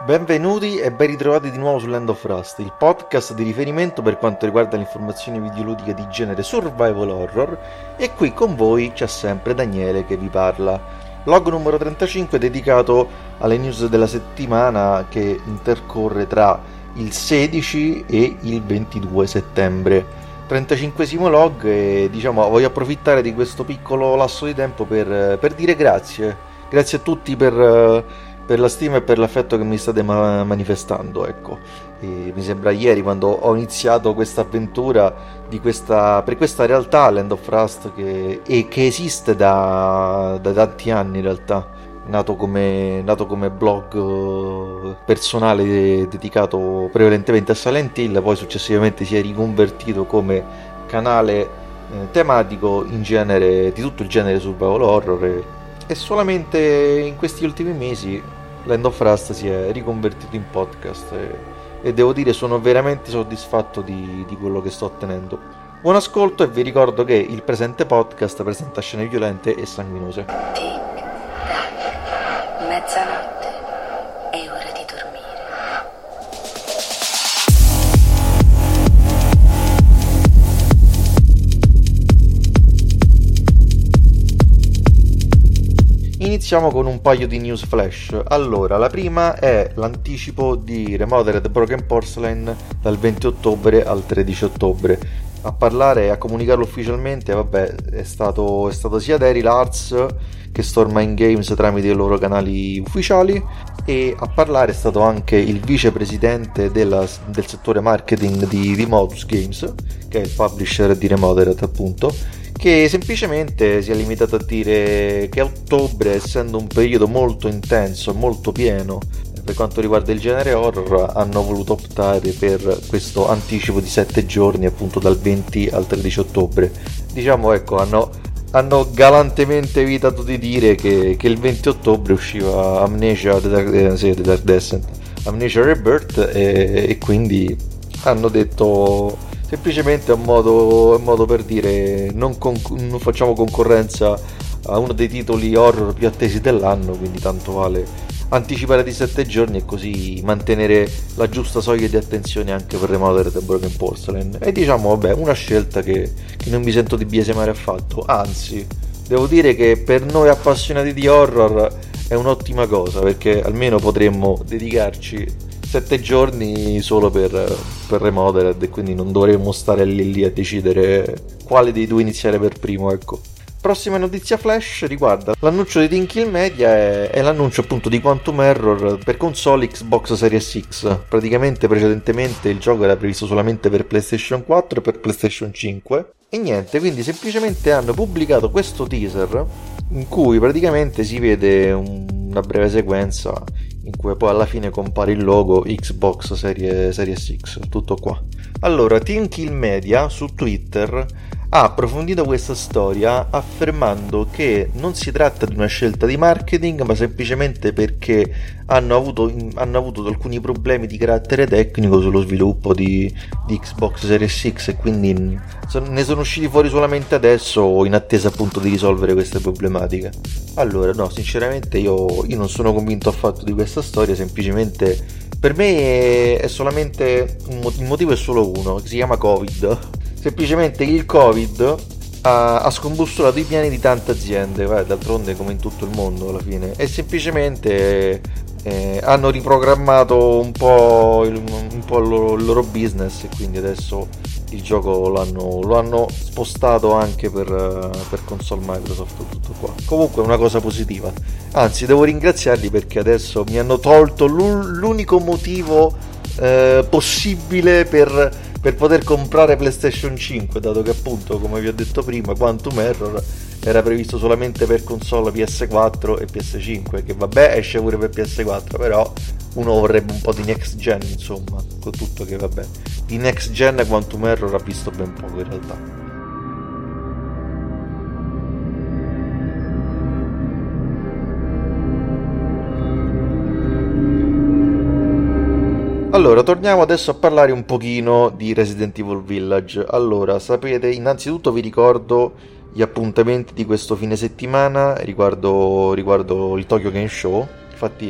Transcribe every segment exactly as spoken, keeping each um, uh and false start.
Benvenuti e ben ritrovati di nuovo su Land of Rust, il podcast di riferimento per quanto riguarda l'informazione videoludica di genere survival horror, e qui con voi c'è sempre Daniele che vi parla. Log numero trentacinque dedicato alle news della settimana che intercorre tra il sedici e il ventidue settembre. trentacinquesimo log e diciamo voglio approfittare di questo piccolo lasso di tempo per, per dire grazie. Grazie a tutti per... per la stima e per l'affetto che mi state ma- manifestando, ecco. E mi sembra ieri quando ho iniziato questa avventura di questa, per questa realtà Land of Rust che, e che esiste da, da tanti anni in realtà, nato come, nato come blog personale de- dedicato prevalentemente a Silent Hill, poi successivamente si è riconvertito come canale eh, tematico in genere, di tutto il genere survival horror e, e solamente in questi ultimi mesi Land of Rust si è riconvertito in podcast e, e devo dire sono veramente soddisfatto di, di quello che sto ottenendo. Buon ascolto e vi ricordo che il presente podcast presenta scene violente e sanguinose. Tic, tac, mezzanotte, è ora di dormire. Iniziamo con un paio di news flash. Allora, la prima è l'anticipo di Remothered Broken Porcelain dal venti ottobre al tredici ottobre. A parlare e a comunicarlo ufficialmente, vabbè, è stato, è stato sia Daryl Arts che Stormine Games tramite i loro canali ufficiali, e a parlare è stato anche il vicepresidente della, del settore marketing di, di Modus Games, che è il publisher di Remothered appunto, che semplicemente si è limitato a dire che a ottobre, essendo un periodo molto intenso e molto pieno per quanto riguarda il genere horror, hanno voluto optare per questo anticipo di sette giorni, appunto dal venti al tredici ottobre. Diciamo, ecco, hanno, hanno galantemente evitato di dire che, che il venti ottobre usciva Amnesia The Dark, eh, sì, The Dark Descent, Amnesia Rebirth, e, e quindi hanno detto semplicemente un modo, un modo per dire non, con, non facciamo concorrenza a uno dei titoli horror più attesi dell'anno, quindi tanto vale anticipare di sette giorni e così mantenere la giusta soglia di attenzione anche per Remothered e Broken Porcelain. E diciamo, vabbè, una scelta che, che non mi sento di biasimare affatto, anzi devo dire che per noi appassionati di horror è un'ottima cosa, perché almeno potremmo dedicarci sette giorni solo per, per Remothered e quindi non dovremmo stare lì lì a decidere quale dei due iniziare per primo, ecco. Prossima notizia flash riguarda l'annuncio di Team Kill Media, è, è l'annuncio appunto di Quantum Error per console Xbox Series X. Praticamente precedentemente il gioco era previsto solamente per PlayStation quattro e per PlayStation cinque e niente, quindi semplicemente hanno pubblicato questo teaser in cui praticamente si vede un, una breve sequenza in cui poi alla fine compare il logo Xbox Series, Series X, tutto qua. Allora, Team Kill Media su Twitter ha approfondito questa storia affermando che non si tratta di una scelta di marketing, ma semplicemente perché hanno avuto, hanno avuto alcuni problemi di carattere tecnico sullo sviluppo di, di Xbox Series X e quindi ne sono usciti fuori solamente adesso in attesa appunto di risolvere queste problematiche. Allora, no, sinceramente io, io non sono convinto affatto di questa storia, semplicemente per me è solamente il motivo è solo uno, che si chiama Covid. Semplicemente il Covid ha, ha scombussolato i piani di tante aziende, eh, d'altronde come in tutto il mondo alla fine, e semplicemente eh, hanno riprogrammato un po' il, un po' il loro, il loro business e quindi adesso il gioco l'hanno, lo hanno spostato anche per, per console Microsoft, tutto qua. Comunque è una cosa positiva, anzi devo ringraziarli perché adesso mi hanno tolto l'unico motivo eh, possibile per per poter comprare PlayStation cinque, dato che appunto, come vi ho detto prima, Quantum Error era previsto solamente per console P S quattro e P S cinque, che vabbè esce pure per P S quattro, però uno vorrebbe un po' di next gen, insomma, con tutto che vabbè, di next gen Quantum Error ha visto ben poco in realtà. Allora, torniamo adesso a parlare un pochino di Resident Evil Village. Allora, sapete, innanzitutto vi ricordo gli appuntamenti di questo fine settimana riguardo, riguardo il Tokyo Game Show. Infatti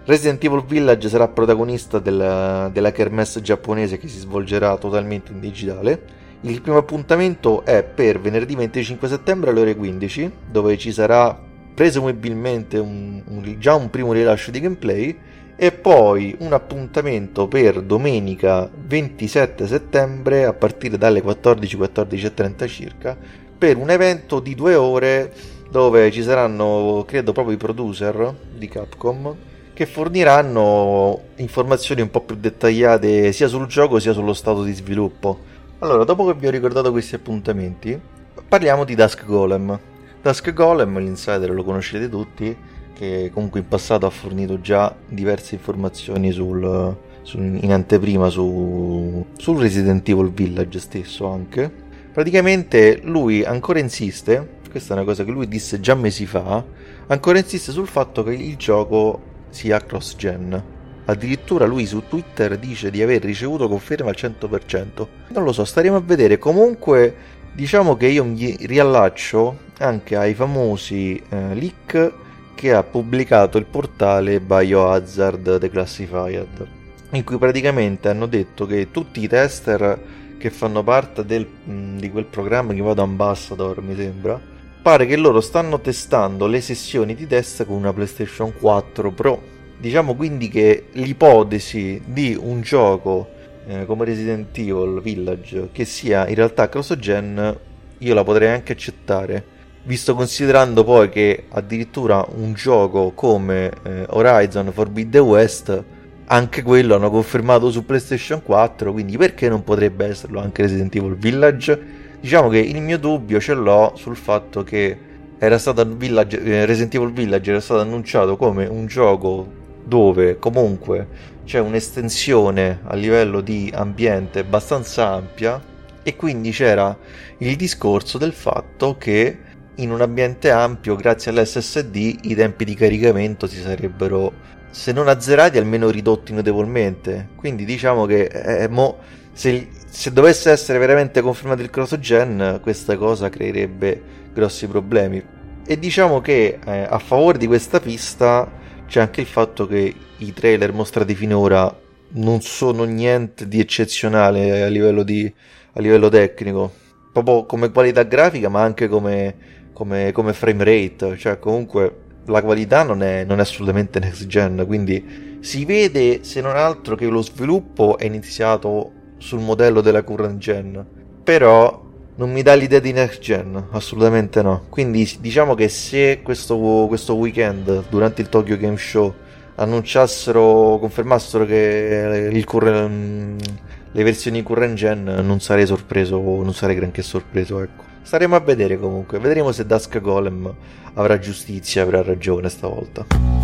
Resident Evil Village sarà protagonista della, della kermesse giapponese che si svolgerà totalmente in digitale. Il primo appuntamento è per venerdì venticinque settembre alle ore quindici, dove ci sarà presumibilmente un, un, già un primo rilascio di gameplay, e poi un appuntamento per domenica ventisette settembre a partire dalle quattordici, quattordici e trenta circa, per un evento di due ore dove ci saranno, credo, proprio i producer di Capcom che forniranno informazioni un po' più dettagliate sia sul gioco sia sullo stato di sviluppo. Allora, dopo che vi ho ricordato questi appuntamenti, parliamo di Dusk Golem. Dusk Golem, l'insider lo conoscete tutti, che comunque in passato ha fornito già diverse informazioni sul, sul, in anteprima su, sul Resident Evil Village stesso anche. Praticamente lui ancora insiste, questa è una cosa che lui disse già mesi fa, ancora insiste sul fatto che il gioco sia cross-gen. Addirittura lui su Twitter dice di aver ricevuto conferma al cento per cento. Non lo so, staremo a vedere. Comunque diciamo che io mi riallaccio anche ai famosi eh, leak che ha pubblicato il portale Biohazard Declassified, in cui praticamente hanno detto che tutti i tester che fanno parte del, mh, di quel programma che vado Ambassador, mi sembra, pare che loro stanno testando le sessioni di test con una PlayStation quattro Pro. Diciamo quindi che l'ipotesi di un gioco eh, come Resident Evil Village che sia in realtà cross-gen io la potrei anche accettare, visto considerando poi che addirittura un gioco come eh, Horizon Forbidden West, anche quello hanno confermato su PlayStation quattro, quindi perché non potrebbe esserlo anche Resident Evil Village? Diciamo che il mio dubbio ce l'ho sul fatto che era stato Village, eh, Resident Evil Village era stato annunciato come un gioco dove comunque c'è un'estensione a livello di ambiente abbastanza ampia, e quindi c'era il discorso del fatto che in un ambiente ampio, grazie all'S S D, i tempi di caricamento si sarebbero, se non azzerati, almeno ridotti notevolmente. Quindi diciamo che eh, mo, se, se dovesse essere veramente confermato il cross-gen, questa cosa creerebbe grossi problemi. E diciamo che eh, a favore di questa pista c'è anche il fatto che i trailer mostrati finora non sono niente di eccezionale a livello, di, a livello tecnico, proprio come qualità grafica, ma anche come Come, come frame rate, cioè comunque la qualità non è, non è assolutamente next gen, quindi si vede se non altro che lo sviluppo è iniziato sul modello della current gen, però non mi dà l'idea di next gen, assolutamente no. Quindi diciamo che se questo, questo weekend durante il Tokyo Game Show annunciassero, confermassero che il current, le versioni current gen, non sarei sorpreso, non sarei granché sorpreso, ecco. Staremo a vedere comunque, vedremo se Dusk Golem avrà giustizia, avrà ragione stavolta.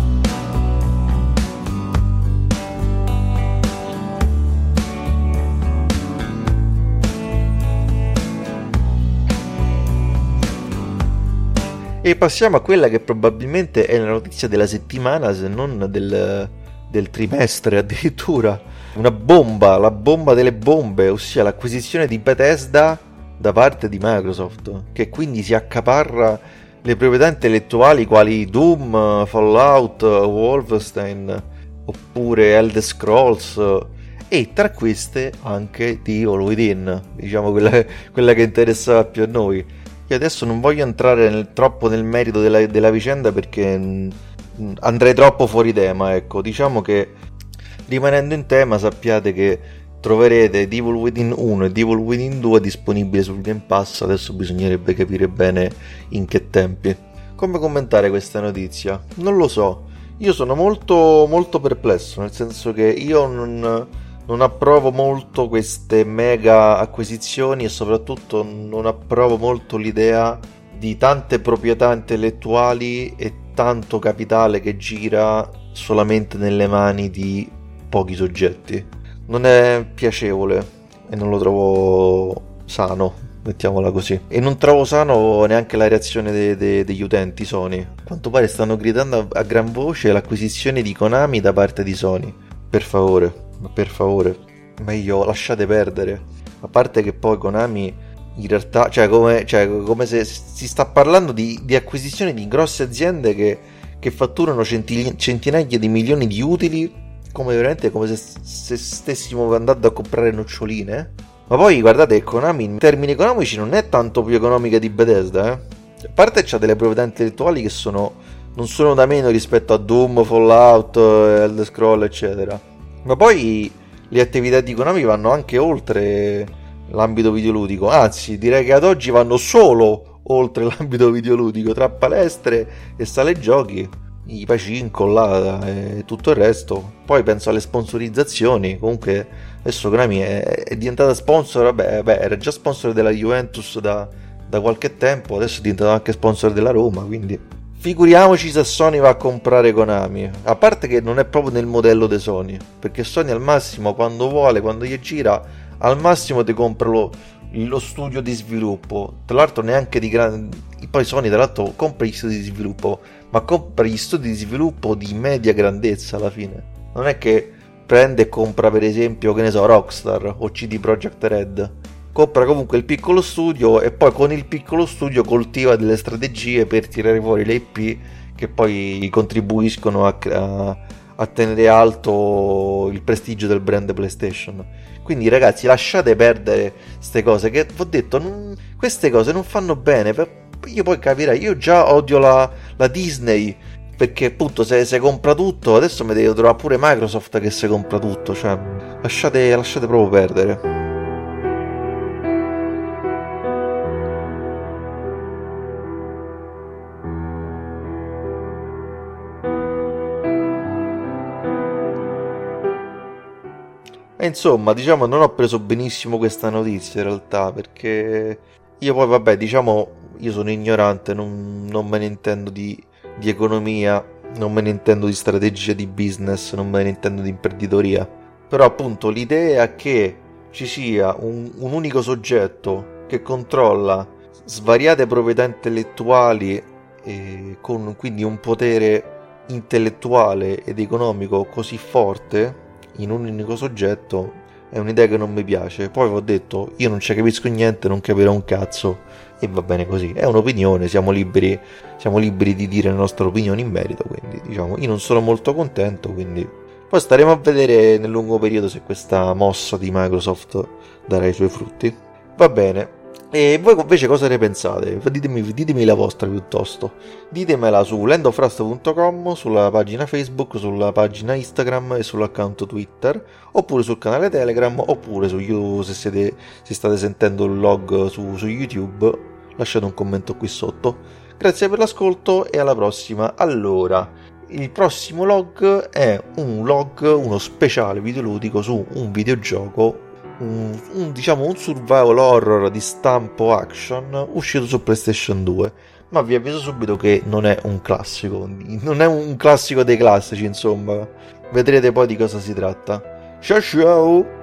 E passiamo a quella che probabilmente è la notizia della settimana, se non del, del trimestre addirittura. Una bomba, la bomba delle bombe, ossia l'acquisizione di Bethesda da parte di Microsoft, che quindi si accaparra le proprietà intellettuali quali Doom, Fallout, Wolfenstein oppure Elder Scrolls, e tra queste anche di Evil Within, diciamo quella, quella che interessava più a noi. Io adesso non voglio entrare nel, troppo nel merito della, della vicenda perché mh, andrei troppo fuori tema, ecco. Diciamo che rimanendo in tema, sappiate che troverete Evil Within uno e Evil Within due disponibili sul Game Pass. Adesso bisognerebbe capire bene in che tempi. Come commentare questa notizia? Non lo so. Io sono molto molto perplesso, nel senso che io non, non approvo molto queste mega acquisizioni e soprattutto non approvo molto l'idea di tante proprietà intellettuali e tanto capitale che gira solamente nelle mani di pochi soggetti. Non è piacevole e non lo trovo sano, mettiamola così. E non trovo sano neanche la reazione de- de- degli utenti Sony. A quanto pare stanno gridando a-, a gran voce l'acquisizione di Konami da parte di Sony. Per favore, per favore, meglio lasciate perdere. A parte che poi Konami in realtà, cioè come, cioè come se si sta parlando di, di acquisizione di grosse aziende che che fatturano centi- centinaia di milioni di utili, come veramente come se, se stessimo andando a comprare noccioline. Ma poi guardate, Konami in termini economici non è tanto più economica di Bethesda, eh. A parte c'ha delle proprietà intellettuali che sono non sono da meno rispetto a Doom, Fallout, Elder Scroll, eccetera. Ma poi le attività di Konami vanno anche oltre l'ambito videoludico, anzi direi che ad oggi vanno solo oltre l'ambito videoludico, tra palestre e sale giochi, i pacinco là e tutto il resto. Poi penso alle sponsorizzazioni. Comunque adesso Konami è, è diventata sponsor, vabbè, beh, era già sponsor della Juventus da, da qualche tempo, adesso è diventato anche sponsor della Roma, quindi figuriamoci se Sony va a comprare Konami. A parte che non è proprio nel modello di Sony, perché Sony al massimo quando vuole, quando gli gira, al massimo ti compra lo, lo studio di sviluppo. Tra l'altro neanche di grande. Poi Sony tra l'altro compra gli studi di sviluppo, ma compra gli studi di sviluppo di media grandezza alla fine. Non è che prende e compra per esempio, che ne so, Rockstar o C D Projekt Red. Compra comunque il piccolo studio e poi con il piccolo studio coltiva delle strategie per tirare fuori le I P che poi contribuiscono a, a, a tenere alto il prestigio del brand PlayStation. Quindi ragazzi, lasciate perdere queste cose che vi ho detto, non, queste cose non fanno bene. Io poi capirai, io già odio la, la Disney, perché appunto se, se compra tutto, adesso mi devo trovare pure Microsoft che se compra tutto, cioè lasciate, lasciate proprio perdere. E insomma, diciamo, non ho preso benissimo questa notizia in realtà, perché io poi, vabbè, diciamo, io sono ignorante, non, non me ne intendo di, di economia, non me ne intendo di strategia di business, non me ne intendo di imprenditoria. Però appunto l'idea che ci sia un, un unico soggetto che controlla svariate proprietà intellettuali e con quindi un potere intellettuale ed economico così forte in un unico soggetto è un'idea che non mi piace. Poi vi ho detto, io non ci capisco niente, non capirò un cazzo e va bene così, è un'opinione, siamo liberi siamo liberi di dire le nostre opinioni in merito, quindi diciamo io non sono molto contento, quindi poi staremo a vedere nel lungo periodo se questa mossa di Microsoft darà i suoi frutti. Va bene. E voi invece cosa ne pensate? Ditemi, ditemi la vostra piuttosto. Ditemela su landofrust punto com, sulla pagina Facebook, sulla pagina Instagram e sull'account Twitter, oppure sul canale Telegram, oppure su YouTube, se, siete, se state sentendo il log su, su YouTube, lasciate un commento qui sotto. Grazie per l'ascolto e alla prossima. Allora, il prossimo log è un log, uno speciale videoludico su un videogioco, Un, un, diciamo un survival horror di stampo action uscito su PlayStation due, ma vi avviso subito che non è un classico, non è un classico dei classici, insomma vedrete poi di cosa si tratta. Ciao ciao!